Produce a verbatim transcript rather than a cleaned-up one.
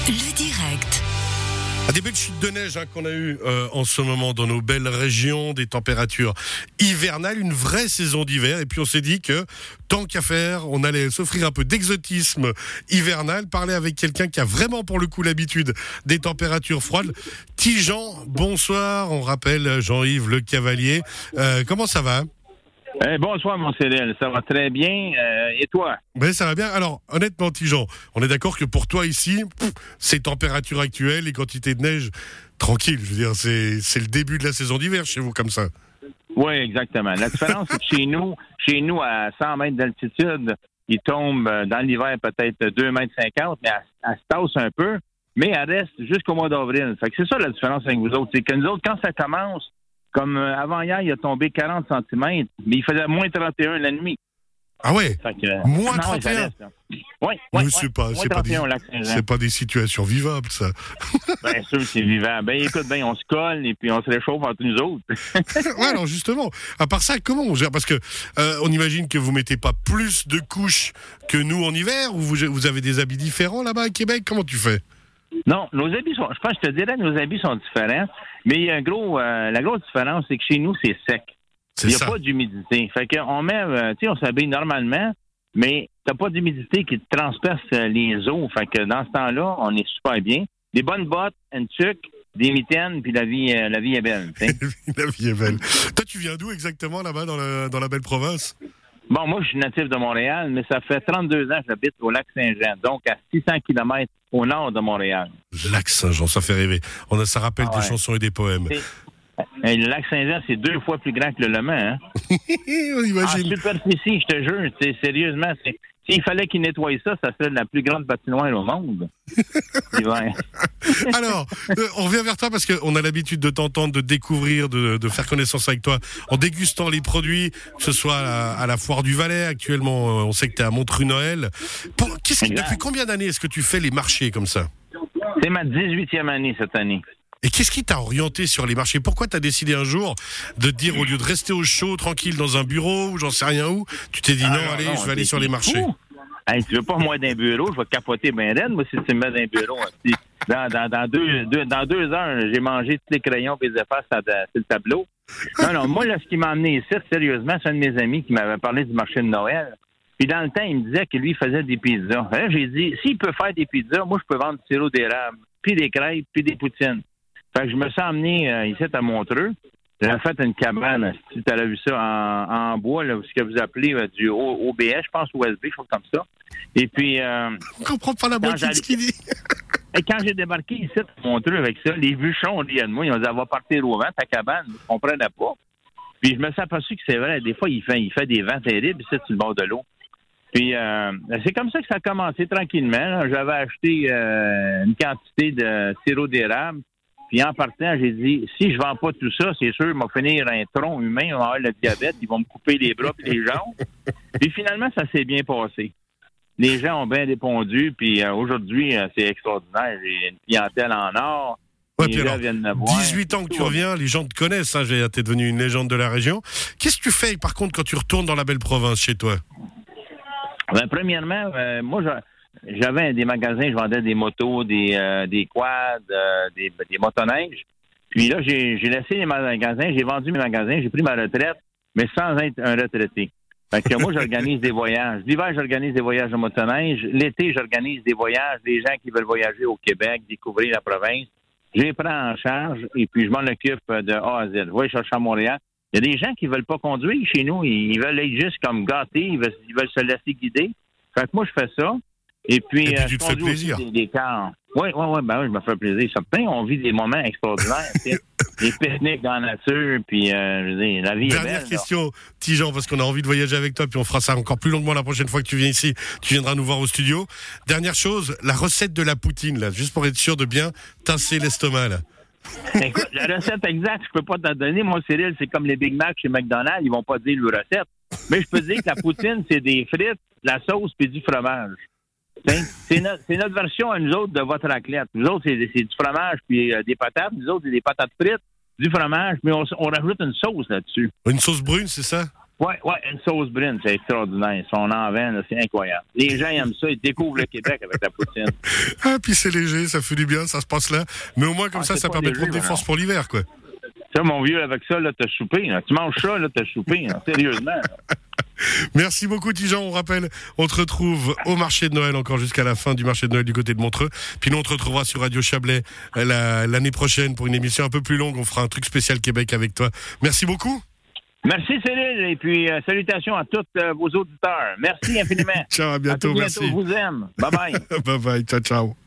Le direct. Ah, des belles chutes de neige hein, qu'on a eues euh, en ce moment dans nos belles régions, des températures hivernales, une vraie saison d'hiver. Et puis on s'est dit que tant qu'à faire, on allait s'offrir un peu d'exotisme hivernal, parler avec quelqu'un qui a vraiment pour le coup l'habitude des températures froides. Tijan, bonsoir, on rappelle Jean-Yves Le Cavalier. Euh, comment ça va ? Eh, bonsoir, mon Cyril. Ça va très bien. Euh, et toi? Ben, ça va bien. Alors, honnêtement, Tijan, on est d'accord que pour toi ici, pff, ces températures actuelles, les quantités de neige, tranquille. Je veux dire, c'est, c'est le début de la saison d'hiver chez vous, comme ça. Oui, exactement. La différence, c'est que chez nous, chez nous, à cent mètres d'altitude, il tombe dans l'hiver peut-être deux mètres cinquante, mais elle, elle se tasse un peu, mais elle reste jusqu'au mois d'avril. Fait que c'est ça la différence avec vous autres. C'est que nous autres, quand ça commence, comme avant hier, il a tombé quarante centimètres, mais il faisait moins trente et un la nuit. Ah ouais? Fait que, moins non, trente et un? Oui, oui. Mais ouais, c'est pas, moins c'est, pas des, Lac-Saint-Jean. c'est pas des situations vivables, ça. Bien sûr, c'est vivant. Ben écoute, ben on se colle et puis on se réchauffe entre nous autres. Ouais, alors justement, à part ça, comment on gère? Parce que euh, on imagine que vous mettez pas plus de couches que nous en hiver, ou vous, vous avez des habits différents là-bas à Québec? Comment tu fais? Non, nos habits sont, je pense, je te dirais, nos habits sont différents, mais il y a un gros, euh, la grosse différence, c'est que chez nous, c'est sec. C'est il n'y a ça. pas d'humidité. Fait qu'on met, euh, tu sais, on s'habille normalement, mais t'as pas d'humidité qui te transperce euh, les os. Fait que dans ce temps-là, on est super bien. Des bonnes bottes, une tuque, des mitaines, puis la vie, euh, la vie est belle. La vie est belle. Toi, tu viens d'où exactement là-bas dans, le, dans la belle province? Bon, moi, je suis natif de Montréal, mais ça fait trente-deux ans que j'habite au Lac-Saint-Jean, donc à six cents kilomètres au nord de Montréal. Le Lac-Saint-Jean, ça fait rêver. On a, ça rappelle Ah ouais. des chansons et des poèmes. Et, et le Lac-Saint-Jean, c'est deux fois plus grand que le Le Mans, hein? On imagine. En superficie, je te jure, c'est, sérieusement, c'est, s'il fallait qu'il nettoie ça, ça serait la plus grande patinoire au monde. Ouais. Alors, euh, on revient vers toi parce qu'on a l'habitude de t'entendre, de découvrir, de, de faire connaissance avec toi en dégustant les produits, que ce soit à la, à la Foire du Valais actuellement. On sait que tu es à Montru-Noël. Pour, qu'est-ce qui, depuis combien d'années est-ce que tu fais les marchés comme ça? C'est ma dix-huitième année cette année. Et qu'est-ce qui t'a orienté sur les marchés? Pourquoi t'as décidé un jour de te dire, au lieu de rester au chaud, tranquille, dans un bureau, ou j'en sais rien où, tu t'es dit Ah, non, non, allez, non, je vais aller sur les marchés? Fou. Hey, tu veux pas moi d'un bureau, je vais capoter ben raide, moi, si tu me mets d'un bureau. Hein. Dans, dans, dans, deux, deux, dans deux heures, j'ai mangé tous les crayons et les effaces sur le tableau. Non, non, moi, là, ce qui m'a amené ici, sérieusement, c'est un de mes amis qui m'avait parlé du marché de Noël. Puis dans le temps, il me disait que lui, il faisait des pizzas. Là, j'ai dit, s'il peut faire des pizzas, moi, je peux vendre du sirop d'érable, puis des crêpes, puis des poutines. Fait que je me suis emmené euh, ici à Montreux. J'ai fait une cabane, si tu as vu ça, en, en bois, là, ce que vous appelez euh, du O B S, je pense, O S B, chose comme ça. Et puis... Euh, On comprend pas la moitié de ce qu'il dit. Et quand j'ai débarqué ici à Montreux avec ça, les bûchons riaient de moi. Ils ont dit, elle va partir au vent, ta cabane. Je ne comprenais pas. Puis je me suis aperçu que c'est vrai. Des fois, il fait, il fait des vents terribles ici sur le bord de l'eau. Puis euh, c'est comme ça que ça a commencé tranquillement. Là. J'avais acheté euh, une quantité de sirop d'érable. Puis en partant, j'ai dit, si je vends pas tout ça, c'est sûr, il va finir un tronc humain, il va avoir le diabète, ils vont me couper les bras et les jambes. Puis finalement, ça s'est bien passé. Les gens ont bien répondu, puis euh, aujourd'hui, euh, c'est extraordinaire. J'ai une clientèle en or. Ouais, les puis gens alors, viennent me voir. dix-huit ans que tu reviens, les gens te connaissent, hein, t'es devenu une légende de la région. Qu'est-ce que tu fais, par contre, quand tu retournes dans la belle province, chez toi? Ben, premièrement, euh, moi, je... J'avais des magasins, je vendais des motos, des, euh, des quads, euh, des, des motoneiges. Puis là, j'ai, j'ai laissé les magasins, j'ai vendu mes magasins, j'ai pris ma retraite, mais sans être un retraité. Fait que moi, j'organise des voyages. L'hiver, j'organise des voyages de motoneige. L'été, j'organise des voyages, des gens qui veulent voyager au Québec, découvrir la province. Je les prends en charge et puis je m'en occupe de A à Z. Je vais chercher à Montréal. Il y a des gens qui veulent pas conduire chez nous. Ils veulent être juste comme gâtés. Ils veulent, ils veulent se laisser guider. Fait que moi, je fais ça. Et puis, Et puis euh, tu te fais plaisir. Des, des cars. Oui, oui, oui, ben oui, je me fais plaisir. Certains ont vu des moments extraordinaires. Des pique-niques dans la nature, puis euh, je veux dire, la vie Dernière est belle. question, Tijan, parce qu'on a envie de voyager avec toi, puis on fera ça encore plus longuement la prochaine fois que tu viens ici. Tu viendras nous voir au studio. Dernière chose, la recette de la poutine, là, juste pour être sûr de bien tasser l'estomac, là. Écoute, la recette exacte, je peux pas te la donner. Moi, Cyril, c'est comme les Big Mac chez McDonald's, ils vont pas dire leur recette. Mais je peux te dire que la poutine, c'est des frites, de la sauce, puis du fromage. C'est notre, c'est notre version à nous autres de votre raclette. Nous autres, c'est, c'est du fromage puis euh, des patates. Nous autres, c'est des patates frites, du fromage, mais on, on rajoute une sauce là-dessus. Une sauce brune, c'est ça? Oui, oui, une sauce brune, c'est extraordinaire. Son envers, là, c'est incroyable. Les gens aiment ça, ils découvrent le Québec avec la poutine. Ah, puis c'est léger, ça fait du bien, ça se passe là. Mais au moins, comme ah, ça, ça permet de prendre des forces pour l'hiver, quoi. Ça, mon vieux, avec ça, là, t'as choupé. Là. Tu manges ça, là, t'as choupé. Là. Sérieusement. Là. Merci beaucoup, Tijan. On rappelle, on te retrouve au marché de Noël encore jusqu'à la fin du marché de Noël du côté de Montreux. Puis nous, on te retrouvera sur Radio Chablais la, l'année prochaine pour une émission un peu plus longue. On fera un truc spécial Québec avec toi. Merci beaucoup. Merci, Cyril. Et puis, euh, salutations à tous euh, vos auditeurs. Merci infiniment. Ciao, à bientôt. À tout merci. bientôt. Je vous aime. Bye-bye. Bye-bye. Ciao, ciao.